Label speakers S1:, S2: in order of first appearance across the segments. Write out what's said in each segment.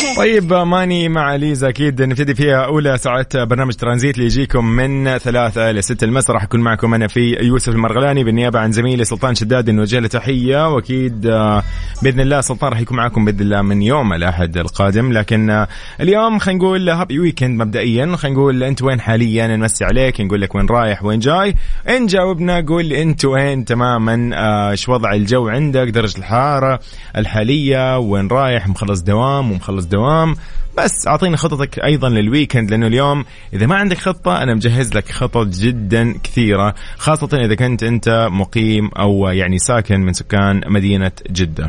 S1: طيب ماني مع ليزا أكيد نبتدي فيها أولى ساعات برنامج ترانزيت اللي يجيكم من 3 إلى 6 المساء. راح أكون معكم أنا في يوسف المرغلاني بالنيابة عن زميلي سلطان شداد، نوجه له تحية. وأكيد بإذن الله سلطان راح يكون معكم بإذن الله من يوم الأحد القادم. لكن اليوم خلينا نقول هابي ويكند مبدئيا. خلينا نقول أنت وين حاليا، نمسي عليك، نقول لك وين رايح وين جاي، إن جاوبنا قول أنت وين تماما. شو وضع الجو عندك، درجة الحرارة الحالية، وين رايح، مخلص دوام ومخلص دوام. بس أعطيني خططك أيضا للويكند، لأنه اليوم إذا ما عندك خطة أنا مجهز لك خطط جدا كثيرة، خاصة إذا كنت أنت مقيم أو يعني ساكن من سكان مدينة جدة.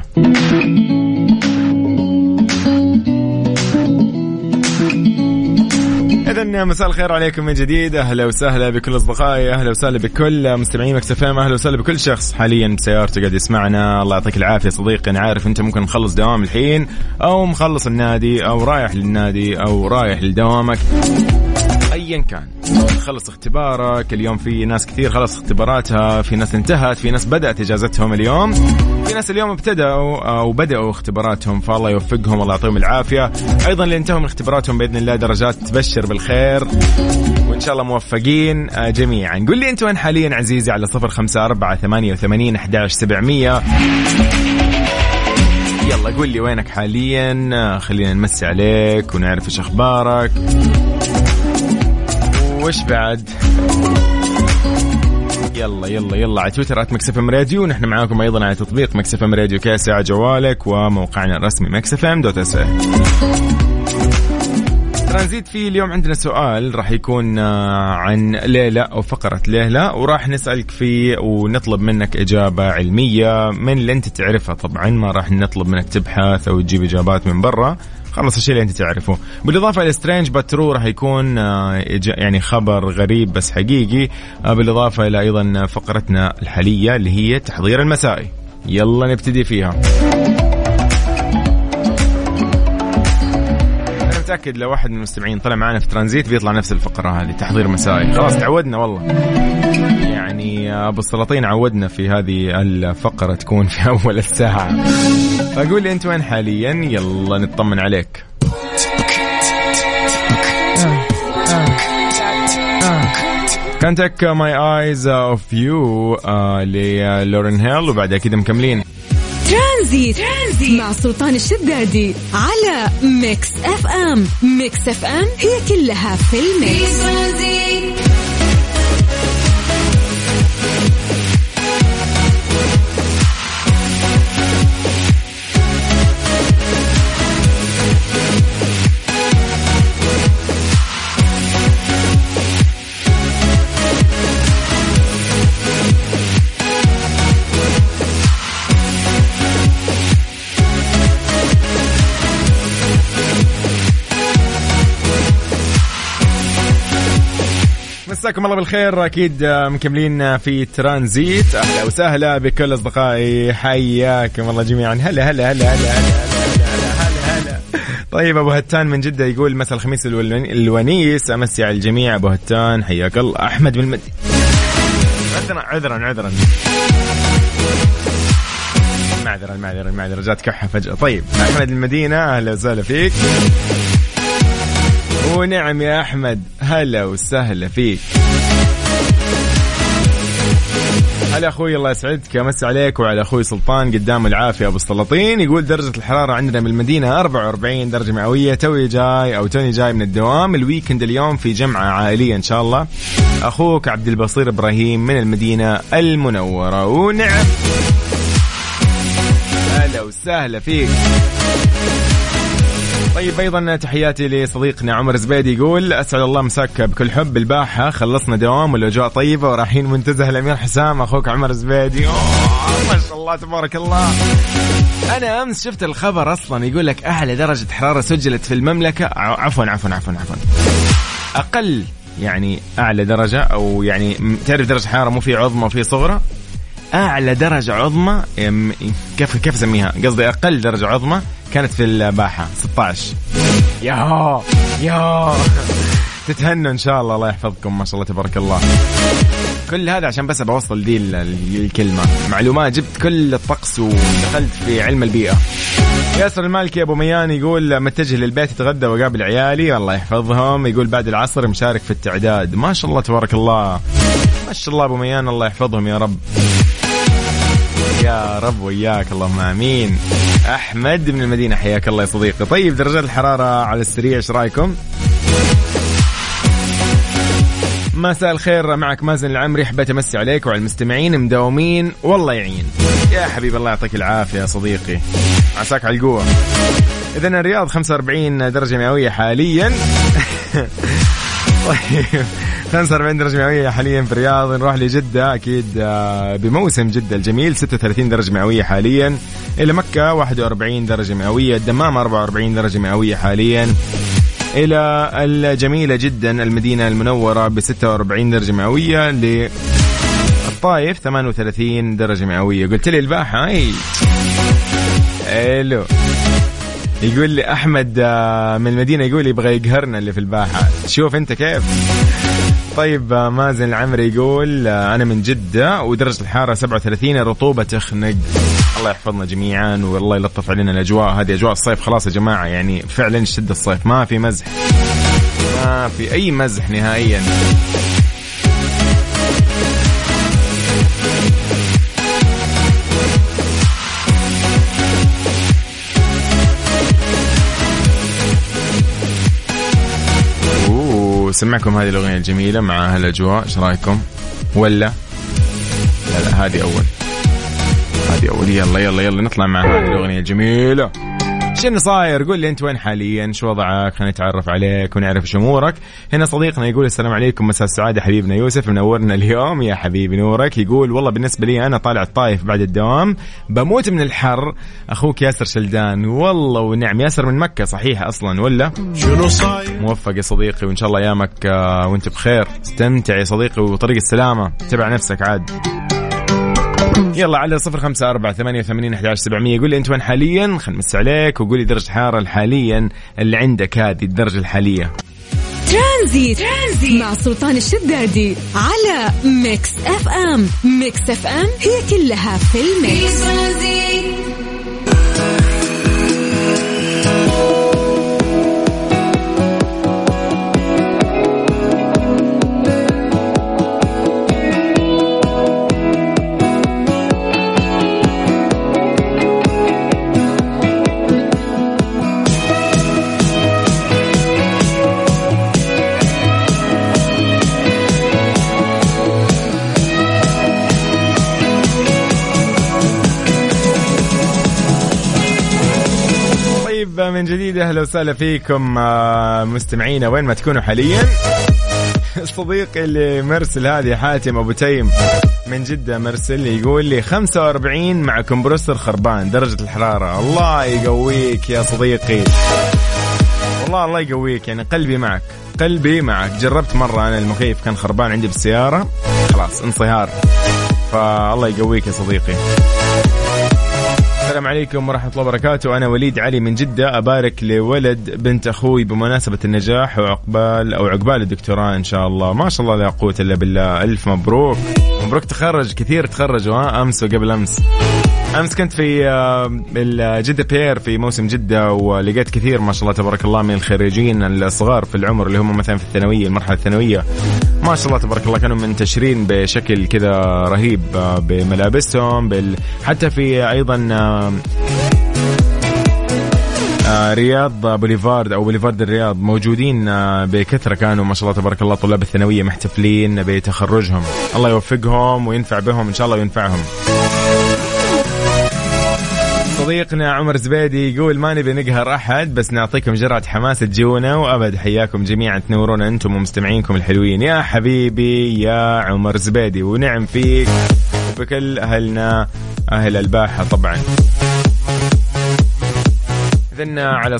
S1: إذن مساء الخير عليكم من جديد، أهلا وسهلا بكل أصدقائي، أهلا وسهلا بكل مستمعين مكس اف ام، أهلا وسهلا بكل شخص حاليا بسيارته قاعد يسمعنا. الله يعطيك العافية صديقي، أنا عارف أنت ممكن مخلص دوام الحين أو مخلص النادي أو رايح للنادي أو رايح لدوامك، أيا كان خلص اختبارك. اليوم في ناس كثير خلص اختباراتها، في ناس انتهت، في ناس بدأت إجازتهم اليوم، في ناس اليوم ابتدأوا أو بدأوا اختباراتهم، فالله يوفقهم والله يعطيهم العافية. أيضا اللي انتهوا من اختباراتهم بإذن الله درجات تبشر بالخير وإن شاء الله موفقين جميعا. قل لي أنت وين حاليا عزيزي على 0548811700. يلا قل لي وينك حاليا، خلينا نمسي عليك ونعرف إيش أخبارك وش بعد. يلا يلا يلا على تويتر @مكسفم راديو، ونحن معاكم أيضا على تطبيق مكسفم راديو كاسي على جوالك وموقعنا الرسمي مكسفم.sa. ترانزيت فيه اليوم عندنا سؤال راح يكون عن ليلى أو فقرة ليلى، وراح نسألك فيه ونطلب منك إجابة علمية من اللي أنت تعرفها. طبعا ما راح نطلب منك تبحث أو تجيب إجابات من برا، خلص الشيء اللي أنت تعرفه. بالإضافة إلى سترينج باترو راح يكون يعني خبر غريب بس حقيقي، بالإضافة إلى أيضا فقرتنا الحالية اللي هي تحضير المسائي. يلا نبتدي فيها. أنا متأكد لو واحد من المستمعين طلع معنا في ترانزيت بيطلع نفس الفقرة هذه، تحضير مسائي. خلاص تعودنا والله، يعني أبو السلاطين عودنا في هذه الفقرة تكون في أول الساعة. فأقول لي أنت وين حاليا، يلا نطمن عليك. Can't take my eyes off you لورين هيل، وبعدها كده مكملين
S2: ترانزيت مع سلطان الشدادي على ميكس اف ام. ميكس اف ام هي كلها في الميكس.
S1: مساكم الله بالخير، أكيد مكملين في ترانزيت. أهلا وسهلا بكل أصدقائي، حياكم الله جميعا. هلا هلا هلا هلا هلا هلا هلا. طيب أبو هتان من جدة يقول مساء الخميس الونيس، أمسي على الجميع أبو هتان، حياك الله. أحمد من عذرا معذرة جات كحة فجأة. طيب أحمد المدينة، أهلا وسهلا فيك. ونعم يا أحمد، هلا وسهلا فيك. هلا أخوي، الله يسعدك، أمسي عليك وعلى أخوي سلطان قدام العافية أبو السلاطين. يقول درجة الحرارة عندنا بالمدينة 44 درجة مئوية، توني جاي من الدوام. الويكند اليوم في جمعة عائلية إن شاء الله. أخوك عبد البصير إبراهيم من المدينة المنورة. ونعم، هلا وسهلا فيك. طيب أيضا تحياتي لصديقنا عمر زبيدي، يقول أسعد الله مساك بكل حب الباحة، خلصنا دوام والأجواء طيبة ورايحين منتزه الأمير حسام. أخوك عمر زبيدي، ما شاء الله تبارك الله. أنا أمس شفت الخبر أصلا يقول لك أعلى درجة حرارة سجلت في المملكة، عفوا أقل، يعني أعلى درجة، أو يعني تعرف درجة حرارة مو في عظمى وفي صغرى، أعلى درجة عظمى كيف أسميها، قصدي أقل درجة عظمى كانت في الباحة 16. يا تتهنوا إن شاء الله، الله يحفظكم، ما شاء الله تبارك الله. كل هذا عشان بس بوصل دي الكلمة، معلومات، جبت كل الطقس ودخلت في علم البيئة. ياسر المالكي أبو ميان يقول متجه للبيت يتغدى وقابل عيالي الله يحفظهم. يقول بعد العصر مشارك في التعداد. ما شاء الله تبارك الله، ما شاء الله أبو ميان، الله يحفظهم يا رب يا رب وياك اللهم آمين. أحمد من المدينة حياك الله يا صديقي. طيب درجات الحرارة على السريع ايش رايكم؟ مساء الخير، معك مازن العمري. حبيت أمسي عليك وعلى المستمعين مداومين والله يعين. يا حبيب الله يعطيك العافية يا صديقي، عساك على القوة. إذن الرياض 45 درجة مئوية حاليا. طيب 45 درجة مئوية حاليا في الرياض. نروح لجدة أكيد بموسم جدة الجميل 36 درجة مئوية حاليا. إلى مكة 41 درجة مئوية. الدمام 44 درجة مئوية حاليا. إلى الجميلة جدا المدينة المنورة ب 46 درجة مئوية. للطائف 38 درجة مئوية. قلت لي الباحة أي إلو. يقول لي أحمد من المدينة يقول يبغى يقهرنا اللي في الباحة. شوف أنت كيف. طيب مازن العمري يقول أنا من جدة ودرجة الحرارة 37، الرطوبة تخنق. الله يحفظنا جميعا والله يلطف علينا الأجواء هذه، أجواء الصيف خلاص يا جماعة، يعني فعلا شد الصيف، ما في مزح، ما في أي مزح نهائيا. سمعكم هذه الأغنية الجميلة مع هالأجواء، إيش رأيكم؟ ولا لا هذه أول، هذه أول. يلا نطلع مع هذه الأغنية الجميلة. شنو صاير؟ قول لي أنت وين حاليا، شو وضعك، خلينا نتعرف عليك ونعرف إيش أمورك. هنا صديقنا يقول السلام عليكم، مساء السعادة حبيبنا يوسف، منورنا اليوم يا حبيبي نورك. يقول والله بالنسبة لي أنا طالع الطايف بعد الدوام، بموت من الحر. أخوك ياسر شلدان. والله ونعم. ياسر من مكة صحيح أصلا ولا؟ موفق يا صديقي وإن شاء الله أيامك وأنت بخير. استمتع يا صديقي وطريق السلامة، تبع نفسك عاد. يلا على 0548811700 يقول لي أنت وين حاليا، خل نمس عليك وقولي درجة الحرارة الحاليا اللي عندك، هذه الدرجة الحالية.
S2: ترانزيت مع سلطان الشدادي على ميكس اف ام. ميكس اف ام هي كلها في الميكس.
S1: من جديد أهلا وسهلا فيكم مستمعينا وين ما تكونوا حاليا. الصديق اللي مرسل هذه حاتم أبو تيم من جدة مرسل يقول لي 45 مع كمبرسر خربان درجة الحرارة. الله يقويك يا صديقي، والله الله يقويك، يعني قلبي معك قلبي معك. جربت مرة أنا المكيف كان خربان عندي بالسيارة، خلاص انصهار، فالله يقويك يا صديقي. السلام عليكم ورحمة الله وبركاته. أنا وليد علي من جدة، أبارك لولد بنت أخوي بمناسبة النجاح وعقبال الدكتوراه إن شاء الله. ما شاء الله لا قوة إلا بالله، ألف مبروك. مبروك، تخرج كثير تخرجوا أمس وقبل أمس. أمس كنت في الجدة بير في موسم جدة، ولقيت كثير ما شاء الله تبارك الله من الخريجين الصغار في العمر اللي هم مثلا في الثانوية، المرحلة الثانوية، ما شاء الله تبارك الله كانوا منتشرين بشكل كذا رهيب بملابسهم حتى في أيضا رياض بوليفارد أو بوليفارد الرياض موجودين بكثرة، كانوا ما شاء الله تبارك الله طلاب الثانوية محتفلين بتخرجهم. الله يوفقهم وينفع بهم إن شاء الله وينفعهم. صديقنا عمر زبيدي يقول ما نبي نقهر أحد بس نعطيكم جرعة حماس تجونا وأبد. حياكم جميعا، تنورونا أنتم ومستمعينكم الحلوين يا حبيبي يا عمر زبيدي، ونعم فيك وبكل أهلنا أهل الباحة طبعا. إذن على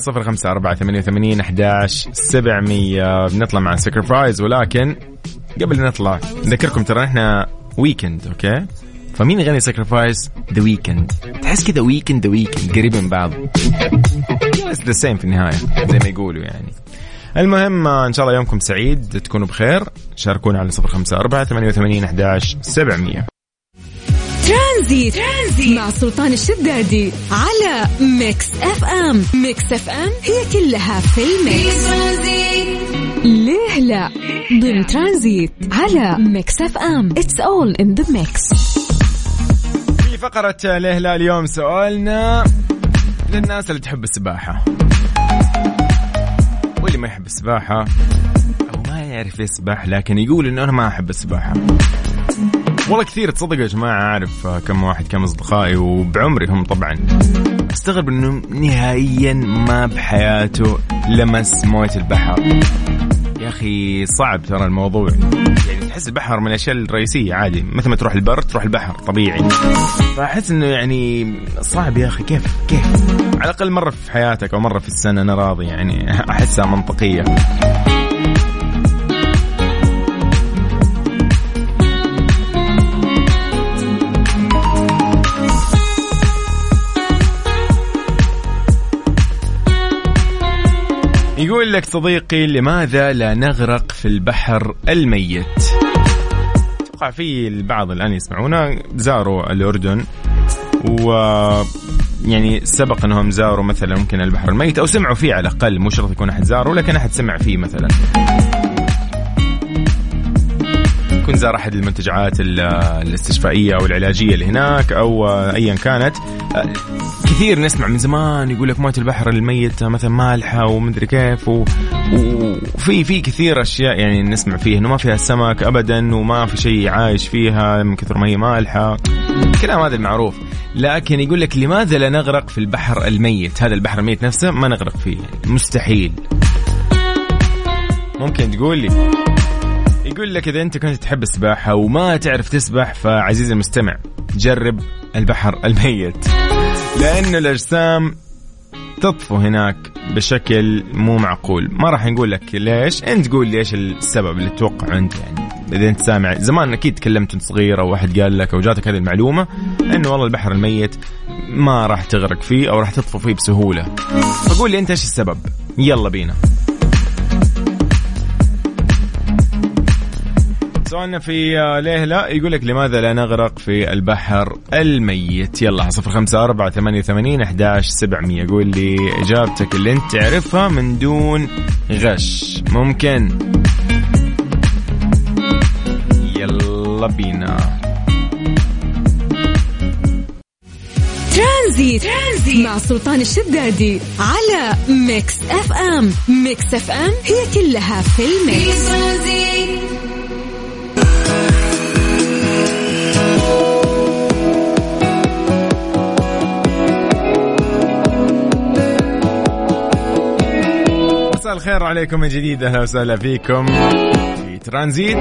S1: 0548811700 بنطلع مع ساكرفايز. ولكن قبل نطلع نذكركم ترى إحنا ويكند، أوكي؟ فمين يغني ساكرفايس؟ ذا ويكند. تحس كذا ويكند ذا ويكند قريب من بعض، بس ذا سيم في النهاية زي ما يقولوا يعني. المهم إن شاء الله يومكم سعيد، تكونوا بخير. شاركونا على 0548811700.
S2: ترانزيت مع سلطان الشدادي على ميكس اف ام. ميكس اف ام هي كلها في الميكس. ليه لا ضمن ترانزيت على ميكس اف ام. It's all in the mix.
S1: في فقرة ليه لا اليوم سؤالنا للناس اللي تحب السباحة واللي ما يحب السباحة أو ما يعرف يسبح لكن يقول إنه أنا ما أحب السباحة. والله كثير تصدق يا جماعة، أعرف كم واحد كم أصدقائي وبعمري هم طبعا استغرب إنه نهائيا ما بحياته لمس موية البحر. يا أخي صعب ترى الموضوع، يعني تحس البحر من الأشياء الرئيسية عادي، مثل ما تروح البر تروح البحر طبيعي، فأحس إنه يعني صعب يا أخي. كيف على الأقل مرة في حياتك أو مرة في السنة أنا راضي، يعني أحسها منطقية. يقول لك صديقي لماذا لا نغرق في البحر الميت؟ أتوقع في البعض الآن يسمعونا زاروا الأردن ويعني سبق أنهم زاروا مثلا ممكن البحر الميت أو سمعوا فيه على الأقل، مو شرط يكون أحد زاره لكن أحد سمع فيه مثلا، يكون زار أحد المنتجعات الاستشفائية أو العلاجية اللي هناك أو أيا كانت. كثير نسمع من زمان يقول لك موية البحر الميت مثلا مالحة ومدري كيف وفي كثير أشياء يعني نسمع فيه إنه ما فيها السمك أبدا وما في شيء عايش فيها من كثر ما هي مالحة، كلام هذا المعروف. لكن يقول لك لماذا لا نغرق في البحر الميت؟ هذا البحر الميت نفسه ما نغرق فيه، يعني مستحيل. ممكن تقول لي، يقول لك إذا أنت كنت تحب السباحة وما تعرف تسبح فعزيزي المستمع جرب البحر الميت، لأنه الأجسام تطفو هناك بشكل مو معقول. ما راح نقول لك ليش، أنت تقول ليش السبب اللي تتوقع أنت، يعني إذا أنت سامع زمان أكيد تكلمت أنت صغير أو واحد قال لك أو جاتك هذه المعلومة أنه والله البحر الميت ما راح تغرق فيه أو راح تطفو فيه بسهولة، فقول لي أنت إيش السبب. يلا بينا سؤالنا في ليه لا، يقول لك لماذا لا نغرق في البحر الميت. يلا 0548811700 قول لي إجابتك اللي انت تعرفها من دون غش. ممكن يلا بينا.
S2: ترانزيت مع سلطان الشدادي على ميكس اف ام. ميكس اف ام هي كلها في الميكس.
S1: مساء الخير عليكم من جديد، أهلا وسهلا فيكم في ترانزيت.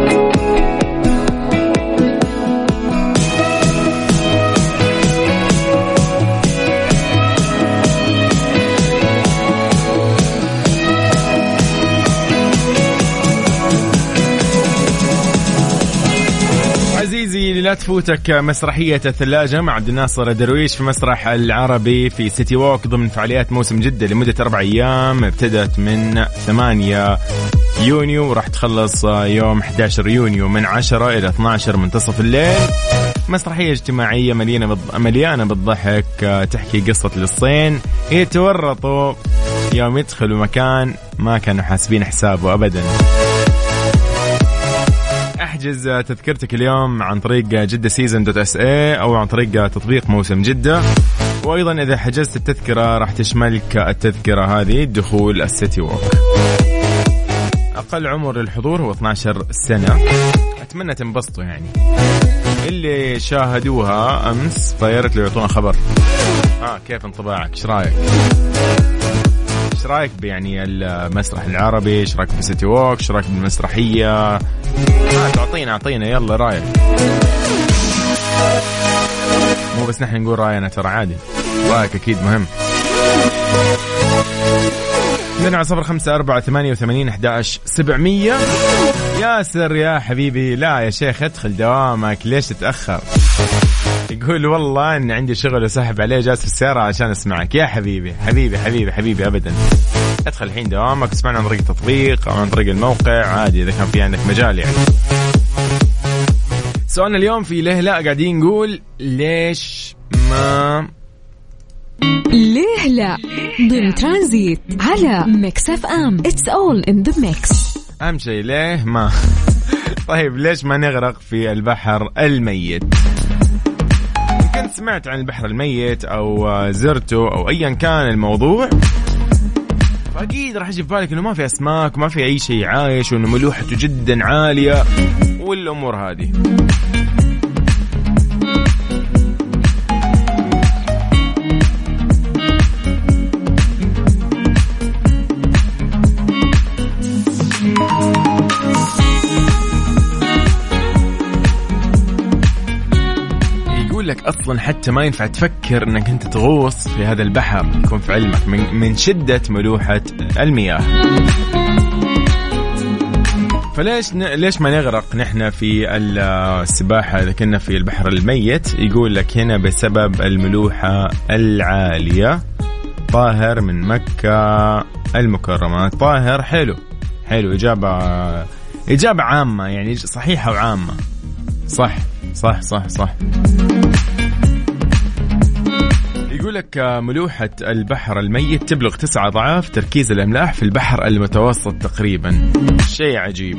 S1: عزيزي لا تفوتك مسرحية الثلاجة مع عبد الناصر درويش في مسرح العربي في سيتي ووك ضمن فعاليات موسم جدة لمدة 4 أيام، ابتدت من 8 يونيو وراح تخلص يوم 11 يونيو من 10 إلى 12 منتصف الليل. مسرحية اجتماعية مليانة بالضحك، تحكي قصة للصين يتورطوا يوم يدخلوا مكان ما كانوا حاسبين حسابه أبدا. احجز تذكرتك اليوم عن طريق جدة-season.sa أو عن طريق تطبيق موسم جدة، وأيضا إذا حجزت التذكرة راح تشملك التذكرة هذه الدخول السيتي ووك. أقل عمر للحضور هو 12 سنة. أتمنى تنبسطوا، يعني اللي شاهدوها أمس فيارت لو يعطونا خبر كيف انطباعك، ايش رايك؟ ايش رايك يعني المسرح العربي، ايش رايك بسيتي ووك، ايش رايك بالمسرحية؟ اعطينا يلا رايك. مو بس نحن نقول راينا، ترى عادي رايك اكيد مهم. لنا 0548811700. ياسر يا حبيبي، لا يا شيخ ادخل دوامك، ليش تتأخر؟ يقول والله ان عندي شغل وسحب عليه، جالس في السيارة عشان اسمعك. يا حبيبي حبيبي حبيبي حبيبي ابدا، ادخل الحين دوامك واسمعنا عن طريق التطبيق او عن طريق الموقع عادي اذا كان في عندك مجال يعني. سؤالنا اليوم في ليه لا قاعدين نقول ليش ما
S2: ليه لا ضمن ترانزيت على ميكس اف ام. It's all in the mix.
S1: أهم شيء ليه ما طيب ليش ما نغرق في البحر الميت؟ يمكن سمعت عن البحر الميت أو زرته أو أيا كان الموضوع، فأكيد راح يجي في بالك إنه ما في أسماك وما في أي شيء عايش وإنه ملوحته جدا عالية والأمور هذه. لك أصلا حتى ما ينفع تفكر أنك أنت تغوص في هذا البحر، يكون في علمك من شدة ملوحة المياه. ليش ما نغرق نحن في السباحة إذا كنا في البحر الميت؟ يقول لك هنا بسبب الملوحة العالية. طاهر من مكة المكرمة. طاهر حلو إجابة عامة يعني صحيحة وعامة. صح. يقول لك ملوحة البحر الميت تبلغ 9 أضعاف تركيز الأملاح في البحر المتوسط تقريبا. شيء عجيب،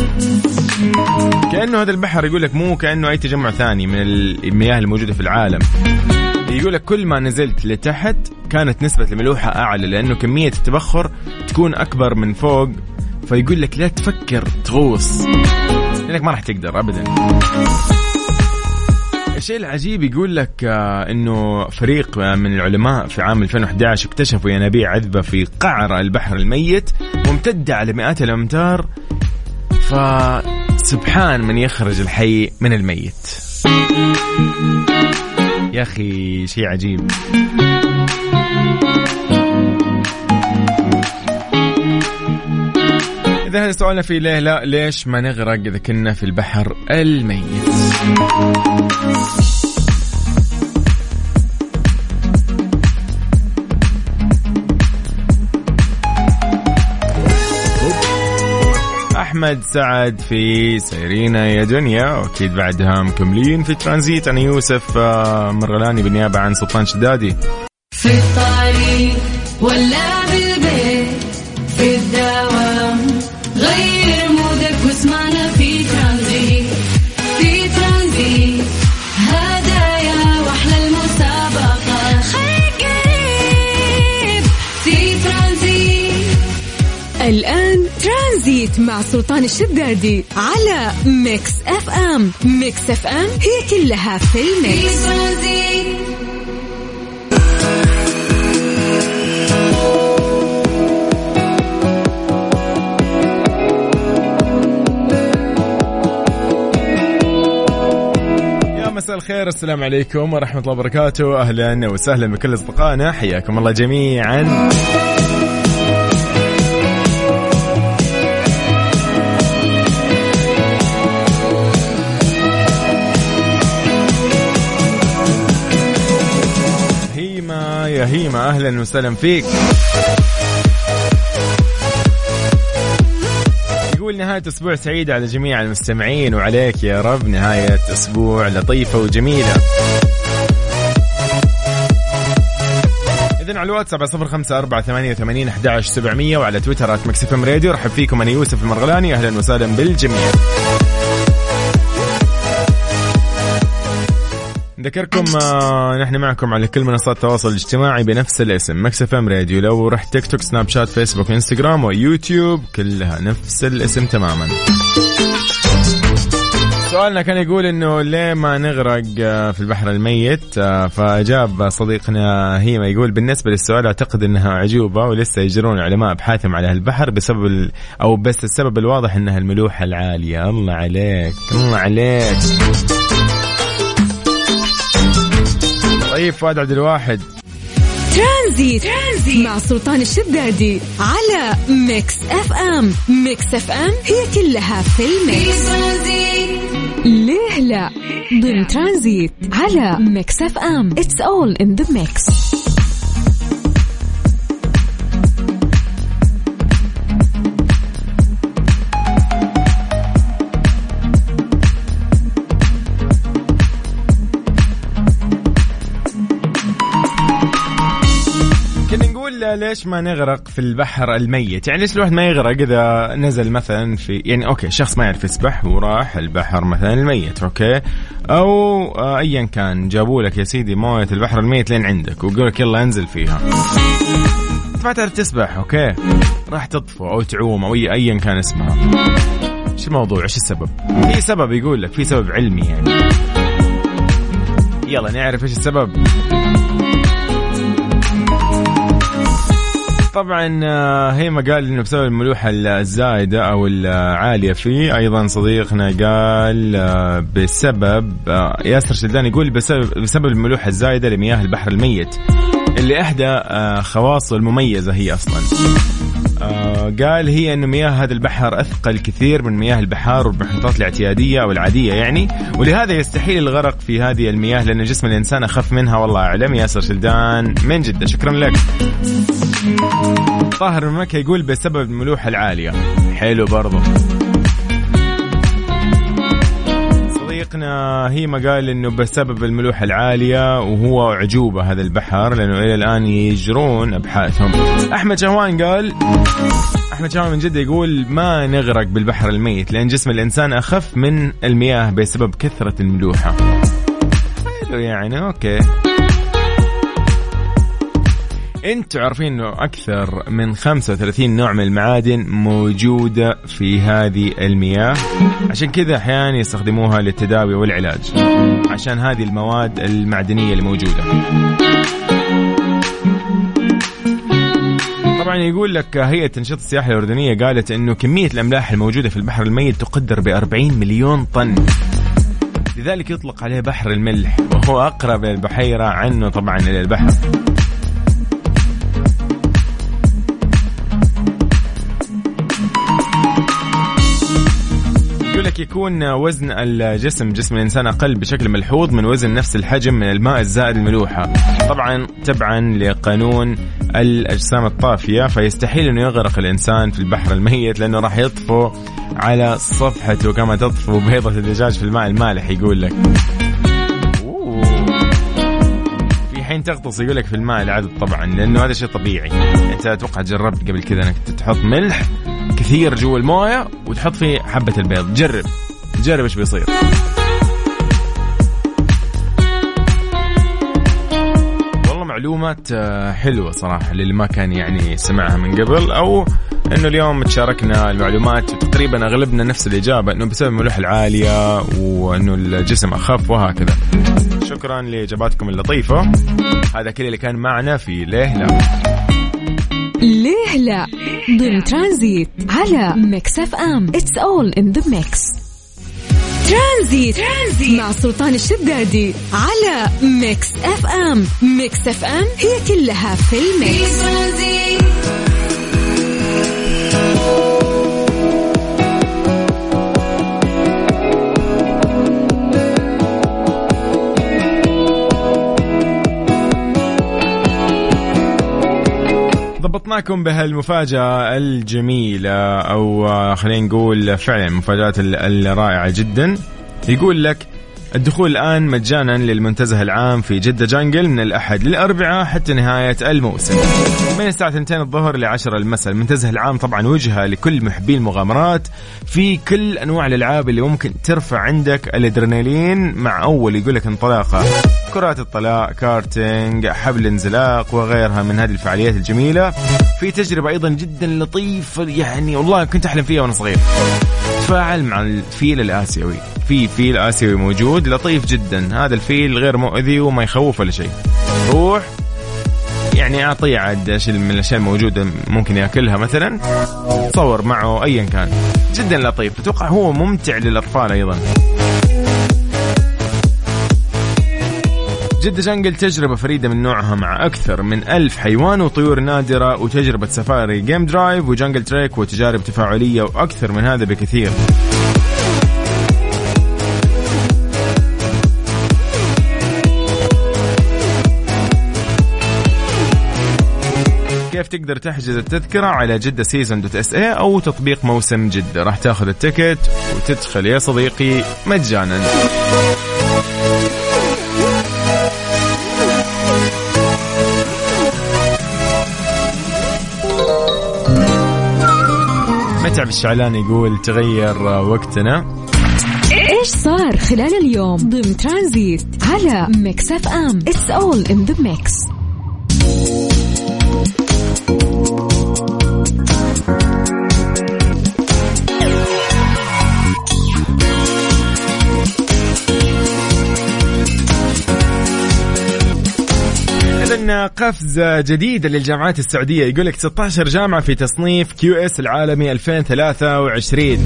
S1: كأنه هذا البحر يقول لك مو كأنه أي تجمع ثاني من المياه الموجودة في العالم. يقول لك كل ما نزلت لتحت كانت نسبة الملوحة أعلى لأنه كمية التبخر تكون أكبر من فوق، فيقول لك لا تفكر تغوص لأنك ما راح تقدر أبدا. الشيء العجيب يقول لك إنه فريق من العلماء في عام 2011 اكتشفوا ينابيع عذبة في قعر البحر الميت ممتدة على مئات الأمتار، فسبحان من يخرج الحي من الميت. يا أخي شيء عجيب. إذا هذا سؤالنا في ليه لا ليش ما نغرق إذا كنا في البحر الميت. أحمد سعد في سيرينا يا دنيا، وأكيد بعدها مكملين في ترانزيت. أنا يوسف مرغلاني بالنيابة عن سلطان شدادي.
S3: في الطريق ولا بالبيت في الدوام غير مودك واسمعنا في ترانزيت. في ترانزيت هدايا واحلى المسابقة خير قريب في ترانزيت.
S2: الآن ترانزيت مع سلطان الشدادي على ميكس اف ام. ميكس اف ام هي كلها في الميكس.
S1: مساء الخير، السلام عليكم ورحمة الله وبركاته. أهلا وسهلا بكل أصدقائنا، حياكم الله جميعا. هيما يا هيما أهلا وسهلا فيك. نهاية أسبوع سعيدة على جميع المستمعين وعليك يا رب نهاية أسبوع لطيفة وجميلة. إذن على الواتساب 0548811700 وعلى تويتر @مكسفم راديو. رحب فيكم أنا يوسف المرغلاني، أهلا وسهلا بالجميع. نذكركم نحن معكم على كل منصات التواصل الاجتماعي بنفس الاسم مكسفم راديو. لو رحت تيك توك سناب شات فيسبوك انستغرام ويوتيوب كلها نفس الاسم تماما. سؤالنا كان يقول انه ليه ما نغرق في البحر الميت، فاجاب صديقنا هيما يقول بالنسبه للسؤال اعتقد انها عجوبه ولسه يجرون علماء ابحاثهم على هالبحر بسبب بس السبب الواضح انها الملوحه العاليه. الله عليك الله عليك. طيب فؤاد عبد الواحد.
S2: ترانزيت مع سلطان الشدادي على ميكس اف ام. ميكس اف ام هي كلها في الميكس. ليه لا ضمن ترانزيت على ميكس اف ام. It's all in the mix.
S1: ليش ما نغرق في البحر الميت؟ يعني ليش الواحد ما يغرق إذا نزل مثلا في، يعني أوكي شخص ما يعرف يسبح وراح البحر مثلا الميت، أوكي، أو أيا كان جابوا لك يا سيدي موية البحر الميت لين عندك ويقول لك يلا انزل فيها، ما تعرف تسبح، أوكي، راح تطفو أو تعوم أو أيا كان اسمها. إيش الموضوع؟ إيش السبب؟ في سبب يقول لك، في سبب علمي يعني. يلا نعرف إيش السبب. طبعا هي ما قال إنه بسبب الملوحة الزائدة أو العالية فيه. أيضا صديقنا قال بسبب، ياسر شدان يقول بسبب الملوحة الزائدة لمياه البحر الميت اللي إحدى خواصه المميزة هي أصلا. قال هي أن مياه هذا البحر أثقل كثير من مياه البحار والمحيطات الاعتيادية أو العادية يعني، ولهذا يستحيل الغرق في هذه المياه لأن جسم الإنسان أخف منها. والله أعلم. ياسر شلدان من جدة، شكرا لك. طاهر من مكة يقول بسبب الملوحة العالية. حلو برضو. صديقنا هي ما قال إنه بسبب الملوحة العالية وهو عجوبة هذا البحر لأنه إلى الآن يجرون أبحاثهم. أحمد شهوان قال، أحمد شهوان من جدة يقول ما نغرق بالبحر الميت لأن جسم الإنسان أخف من المياه بسبب كثرة الملوحة. حلو يعني، أوكي. انتوا عارفين انه اكثر من 35 نوع من المعادن موجودة في هذه المياه، عشان كذا احيانا يستخدموها للتداوي والعلاج عشان هذه المواد المعدنية اللي موجودة. طبعا يقول لك هيئة تنشيط السياحة الأردنية قالت انه كمية الأملاح الموجودة في البحر الميت تقدر ب40 مليون طن، لذلك يطلق عليه بحر الملح، وهو أقرب البحيرة عنه طبعا إلى البحر. لك يكون وزن الجسم، جسم الإنسان أقل بشكل ملحوظ من وزن نفس الحجم من الماء الزائد الملوحة، طبعا تبعا لقانون الأجسام الطافية، فيستحيل أنه يغرق الإنسان في البحر الميت لأنه راح يطفو على صفحته كما تطفو بيضة الدجاج في الماء المالح. يقول لك في حين تغطس يقول لك في الماء العذب طبعا لأنه هذا شيء طبيعي. أنت أتوقع جربت قبل كذا أنك تحط ملح كثير جوا المويه وتحط فيه حبة البيض؟ جرب ايش بيصير. والله معلومات حلوة صراحة للي ما كان يعني سمعها من قبل، او انه اليوم تشاركنا المعلومات وتقريبا اغلبنا نفس الإجابة، انه بسبب الملوحة العالية وانه الجسم اخف وهكذا. شكرا لاجاباتكم اللطيفة. هذا كل اللي كان معنا في ليه لا.
S2: ليه لا ضمن ترانزيت على ميكس اف ام. It's all in the mix. ترانزيت مع سلطان الشدادي على ميكس اف ام. ميكس اف ام هي كلها في الميكس.
S1: ضبطناكم بهالمفاجأة الجميلة، أو خلينا نقول فعلا مفاجأة الرائعة جدا. يقول لك الدخول الآن مجانا للمنتزه العام في جدة جانجل من الأحد للأربعاء حتى نهاية الموسم من الساعة 2 الظهر ل10 المساء. المنتزه العام طبعا وجهة لكل محبي المغامرات في كل أنواع الألعاب اللي ممكن ترفع عندك الأدرينالين مع أول يقول لك انطلاقة، كرات الطلاء، كارتينج، حبل انزلاق وغيرها من هذه الفعاليات الجميلة. في تجربة أيضا جدا لطيفة يعني والله كنت أحلم فيها وأنا صغير، تفاعل مع الفيل الآسيوي. في فيل آسيوي موجود لطيف جدا، هذا الفيل غير مؤذي وما يخوف ولا شيء. روح يعني أعطيه عاد من الأشياء الموجودة ممكن يأكلها مثلا، تصور معه أيا كان، جدا لطيف. أتوقع هو ممتع للأطفال أيضا. جدة جانجل تجربة فريدة من نوعها مع أكثر من 1000 حيوان وطيور نادرة، وتجربة سفاري جيم درايف وجانجل تريك وتجارب تفاعلية وأكثر من هذا بكثير. كيف تقدر تحجز التذكرة؟ على جدة season.sa أو تطبيق موسم جدة. راح تاخذ التيكت وتدخل يا صديقي مجانا. متعب الشعلان يقول تغير وقتنا.
S2: إيش صار خلال اليوم ضمن ترانزيت على ميكس اف ام. It's all in the mix.
S1: قفز جديد للجامعات السعودية، يقولك 16 جامعة في تصنيف QS العالمي 2023.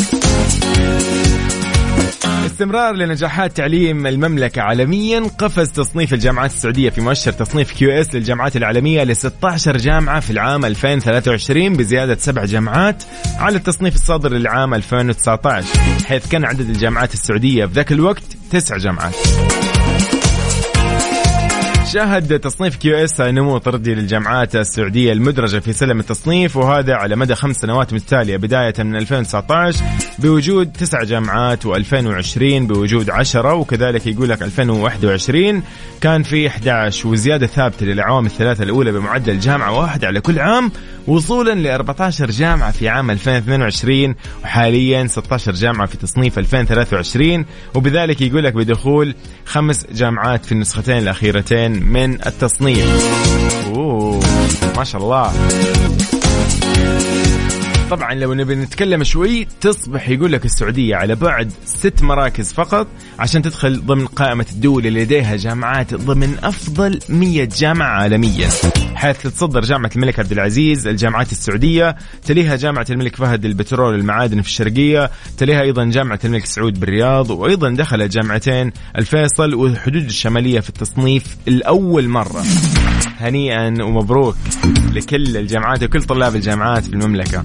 S1: استمرار لنجاحات تعليم المملكة عالميا، قفز تصنيف الجامعات السعودية في مؤشر تصنيف QS للجامعات العالمية ل 16 جامعة في العام 2023 بزيادة 7 جامعات على التصنيف الصادر للعام 2019، حيث كان عدد الجامعات السعودية في ذاك الوقت 9 جامعات. شاهد تصنيف QS نمو طردي للجامعات السعودية المدرجة في سلم التصنيف، وهذا على مدى 5 سنوات متتالية بداية من 2019 بوجود 9 جامعات، و2020 بوجود 10، وكذلك يقول لك 2021 كان في 11، وزيادة ثابتة للأعوام الثلاثة الأولى بمعدل جامعة واحدة على كل عام، وصولا ل 14 جامعة في عام 2022، وحاليا 16 جامعة في تصنيف 2023، وبذلك يقول لك بدخول 5 جامعات في النسختين الأخيرتين من التصنيف. ما شاء الله. طبعا لو نبي نتكلم شوي، تصبح يقول لك السعودية على بعد 6 مراكز فقط عشان تدخل ضمن قائمة الدول اللي لديها جامعات ضمن أفضل 100 جامعة عالميا، حيث تتصدر جامعة الملك عبد العزيز الجامعات السعودية، تليها جامعة الملك فهد للبترول والمعادن في الشرقية، تليها أيضا جامعة الملك سعود بالرياض، وأيضا دخلت جامعتين الفيصل والحدود الشمالية في التصنيف الأول مرة. هنيئا ومبروك لكل الجامعات وكل طلاب الجامعات في المملكة.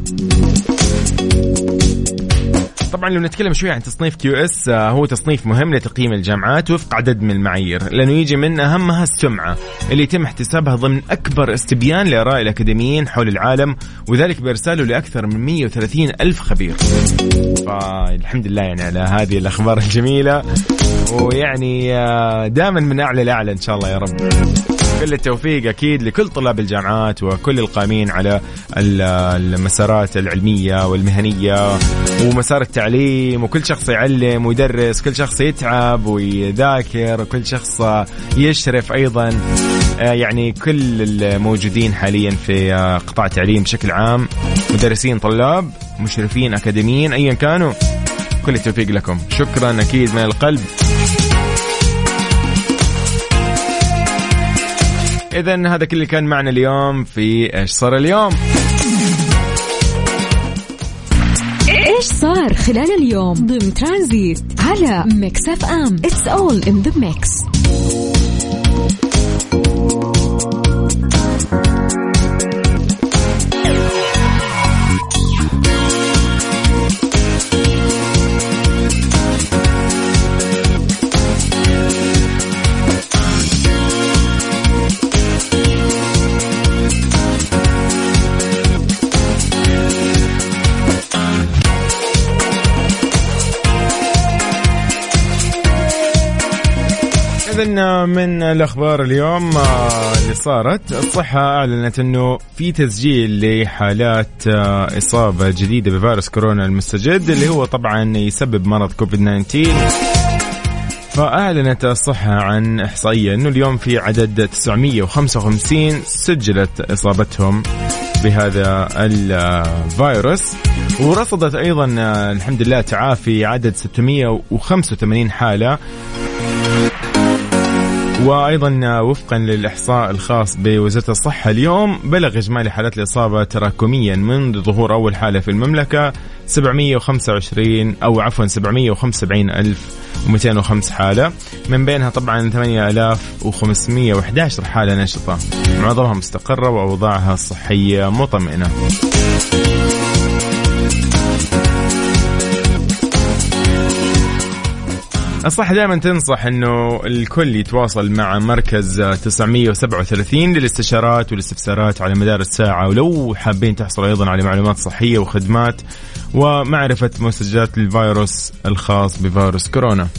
S1: طبعا لو نتكلم شوي عن تصنيف QS، هو تصنيف مهم لتقييم الجامعات وفق عدد من المعايير، لأنه يجي من أهمها السمعة اللي يتم احتسابها ضمن أكبر استبيان لآراء الأكاديميين حول العالم، وذلك بإرساله لأكثر من 130 ألف خبير. فالحمد لله يعني على هذه الأخبار الجميلة، ويعني دائما من أعلى لأعلى إن شاء الله يا رب. كل التوفيق أكيد لكل طلاب الجامعات وكل القائمين على المسارات العلمية والمهنية ومسار التعليم، وكل شخص يعلم ويدرس، كل شخص يتعب ويذاكر، وكل شخص يشرف أيضا، يعني كل الموجودين حاليا في قطاع التعليم بشكل عام، مدرسين، طلاب، مشرفين، أكاديميين، أيا كانوا، كل التوفيق لكم. شكرا أكيد من القلب. إذن هذا كل اللي كان معنا اليوم في إيش صار اليوم.
S2: إيش صار خلال اليوم ضمن ترانزيت على ميكس اف ام. It's all in the mix.
S1: من الأخبار اليوم اللي صارت، الصحة أعلنت أنه في تسجيل لحالات إصابة جديدة بفيروس كورونا المستجد اللي هو طبعا يسبب مرض كوفيد-19. فأعلنت الصحة عن إحصائية أنه اليوم في عدد 955 سجلت إصابتهم بهذا الفيروس، ورصدت أيضا الحمد لله تعافي عدد 685 حالة. وأيضا وفقا للإحصاء الخاص بوزارة الصحة اليوم بلغ إجمالي حالات الإصابة تراكميا منذ ظهور أول حالة في المملكة 775,205 حالة، من بينها طبعا 8,511 حالة نشطة، معظمها مستقرة وأوضاعها الصحية مطمئنة. الصحة دائما تنصح أنه الكل يتواصل مع مركز 937 للاستشارات والاستفسارات على مدار الساعة، ولو حابين تحصل أيضا على معلومات صحية وخدمات ومعرفة مسجات الفيروس الخاص بفيروس كورونا.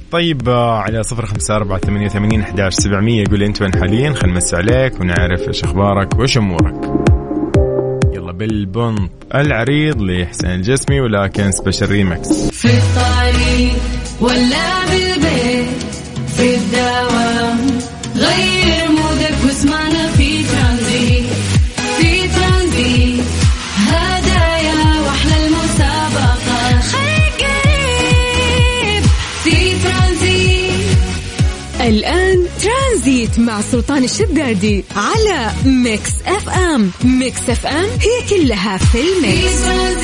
S1: طيب على 0548811700 قولي انت وين حاليا، خل نمسي عليك ونعرف ايش اخبارك وش امورك. يلا بالبنط العريض لحسين الجسمي ولكن سبيشال ريمكس.
S3: في الطريق ولا بالبيت في الدوام غير مودك واسمعنا في ترانزيت. في ترانزيت هدايا واحلى المسابقة خليك قريب في ترانزيت.
S2: الآن ترانزيت مع سلطان الشدادي على ميكس اف ام. ميكس اف ام هي كلها في الميكس.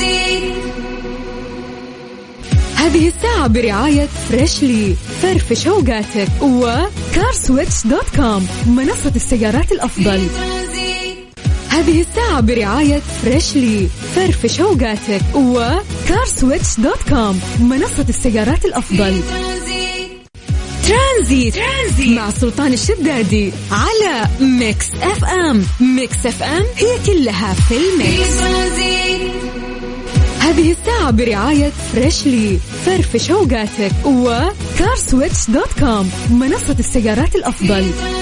S2: هذه الساعة برعاية فريشلي فرفش اوقاتك وكارسويتش.com منصة السيارات الأفضل. هذه الساعة برعاية فريشلي فرفش اوقاتك وكارسويتش.com منصة السيارات الأفضل. ترانزيت مع سلطان الشدادي على ميكس اف ام. ميكس اف ام هي كلها في الميكس. هذه الساعة برعاية فريشلي فرفش اوقاتك وكارسويتش.com منصة السيارات الأفضل.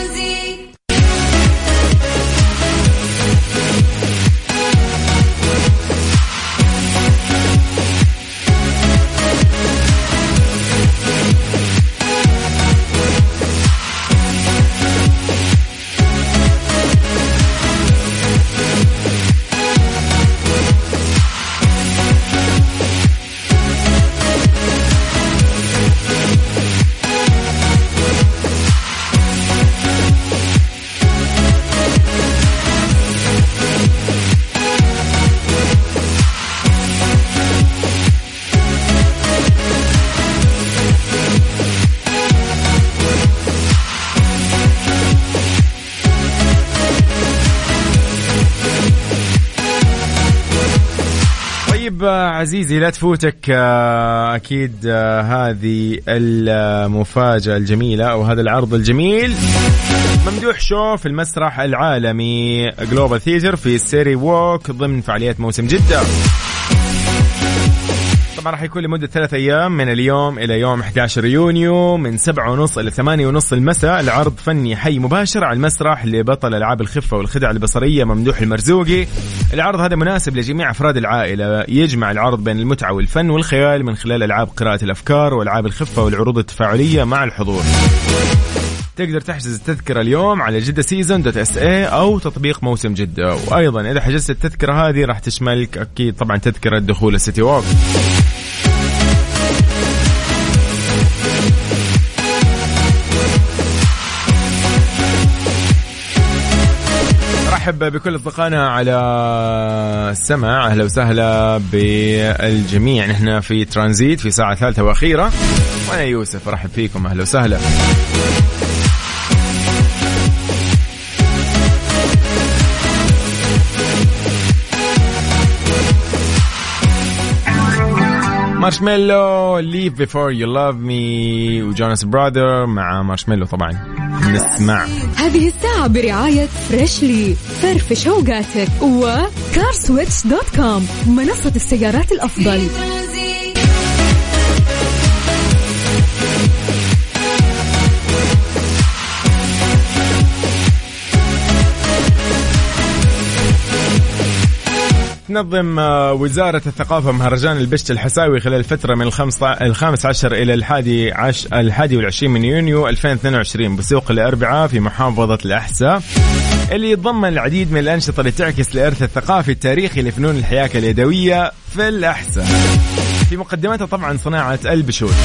S1: عزيزي لا تفوتك أكيد هذه المفاجأة الجميلة أو هذا العرض الجميل. ممدوح شو في المسرح العالمي جلوبال ثيتر في سيري ووك ضمن فعاليات موسم جدة. طبعا راح يكون لمدة 3 أيام من اليوم إلى يوم 11 يونيو من 7:30 إلى 8:30 المساء. العرض فني حي مباشر على المسرح لبطل ألعاب الخفة والخدع البصرية ممدوح المرزوقي. العرض هذا مناسب لجميع أفراد العائلة، يجمع العرض بين المتعة والفن والخيال من خلال ألعاب قراءة الأفكار وألعاب الخفة والعروض التفاعلية مع الحضور. تقدر تحجز التذكرة اليوم على جدة-season.sa أو تطبيق موسم جدة. وأيضا إذا حجزت التذكرة هذه راح تشملك أكيد طبعا تذكرة دخول السيتي ووك. أرحب بكل أصدقائنا على السمع، أهلا وسهلا بالجميع. نحن في ترانزيت في ساعة ثالثة وأخيرة وأنا يوسف أرحب فيكم، أهلا وسهلا. مارشميلو Leave Before You Love Me وجوناس براذر مع مارشميلو طبعا نسمع.
S2: هذه الساعة برعاية فريشلي فرفش اوقاتك وكارسويتش.com منصة السيارات الأفضل.
S1: تنظم وزارة الثقافة مهرجان البشت الحساوي خلال الفترة من 15 إلى 21 من يونيو 2022 بسوق الأربعاء في محافظة الأحساء، اللي يتضمن العديد من الأنشطة اللي تعكس الإرث الثقافي التاريخي لفنون الحياكة اليدوية في الأحساء، في مقدمتها طبعا صناعة البشوت.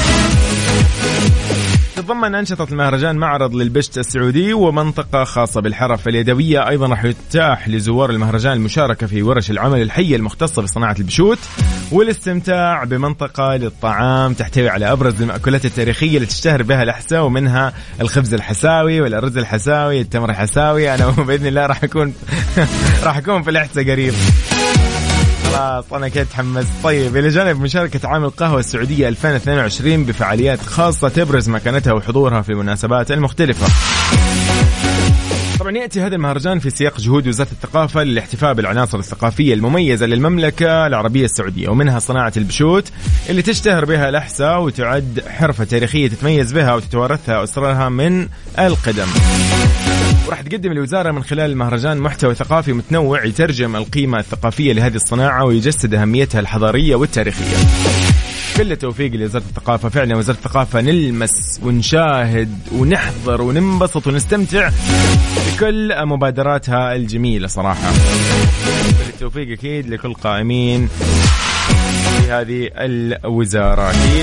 S1: تتضمن أنشطة المهرجان معرض للبشت السعودي ومنطقة خاصة بالحرف اليدوية. أيضا راح يتاح لزوار المهرجان المشاركة في ورش العمل الحية المختصة بصناعة البشوت والاستمتاع بمنطقة للطعام تحتوي على أبرز المأكولات التاريخية اللي تشتهر بها الأحساء، ومنها الخبز الحساوي والأرز الحساوي التمر الحساوي. أنا بإذن الله راح أكون في الأحساء قريب. خلاص أنا كده تحمست. طيب إلى جانب مشاركة عام القهوة السعودية 2022 بفعاليات خاصة تبرز مكانتها وحضورها في المناسبات المختلفة. طبعا يأتي هذا المهرجان في سياق جهود وزارة الثقافة للاحتفاء بالعناصر الثقافية المميزة للمملكة العربية السعودية، ومنها صناعة البشوت اللي تشتهر بها الأحساء وتعد حرفة تاريخية تتميز بها وتتوارثها أسرارها من القدم. وراح تقدم الوزارة من خلال المهرجان محتوى ثقافي متنوع يترجم القيمة الثقافية لهذه الصناعة ويجسد أهميتها الحضارية والتاريخية. كل التوفيق لوزارة الثقافة. فعلا وزارة الثقافة نلمس ونشاهد ونحضر وننبسط ونستمتع بكل مبادراتها الجميلة صراحة. التوفيق أكيد لكل قائمين في هذه الوزارة أكيد.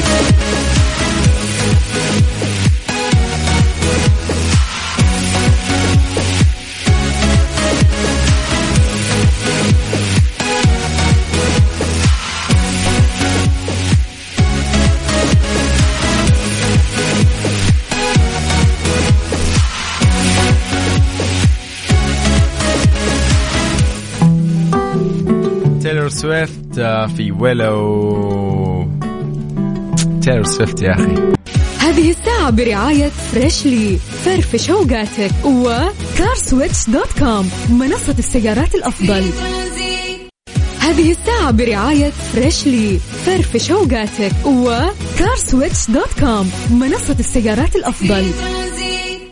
S1: تايلور سويفت في ويلو. تايلور سويفت يا أخي.
S2: هذه الساعة برعاية فريشلي فرفش اوقاتك وكارسويتش.com منصة السيارات الأفضل. هذه الساعة برعاية فريشلي فرفش اوقاتك وكارسويتش.com منصة السيارات الأفضل.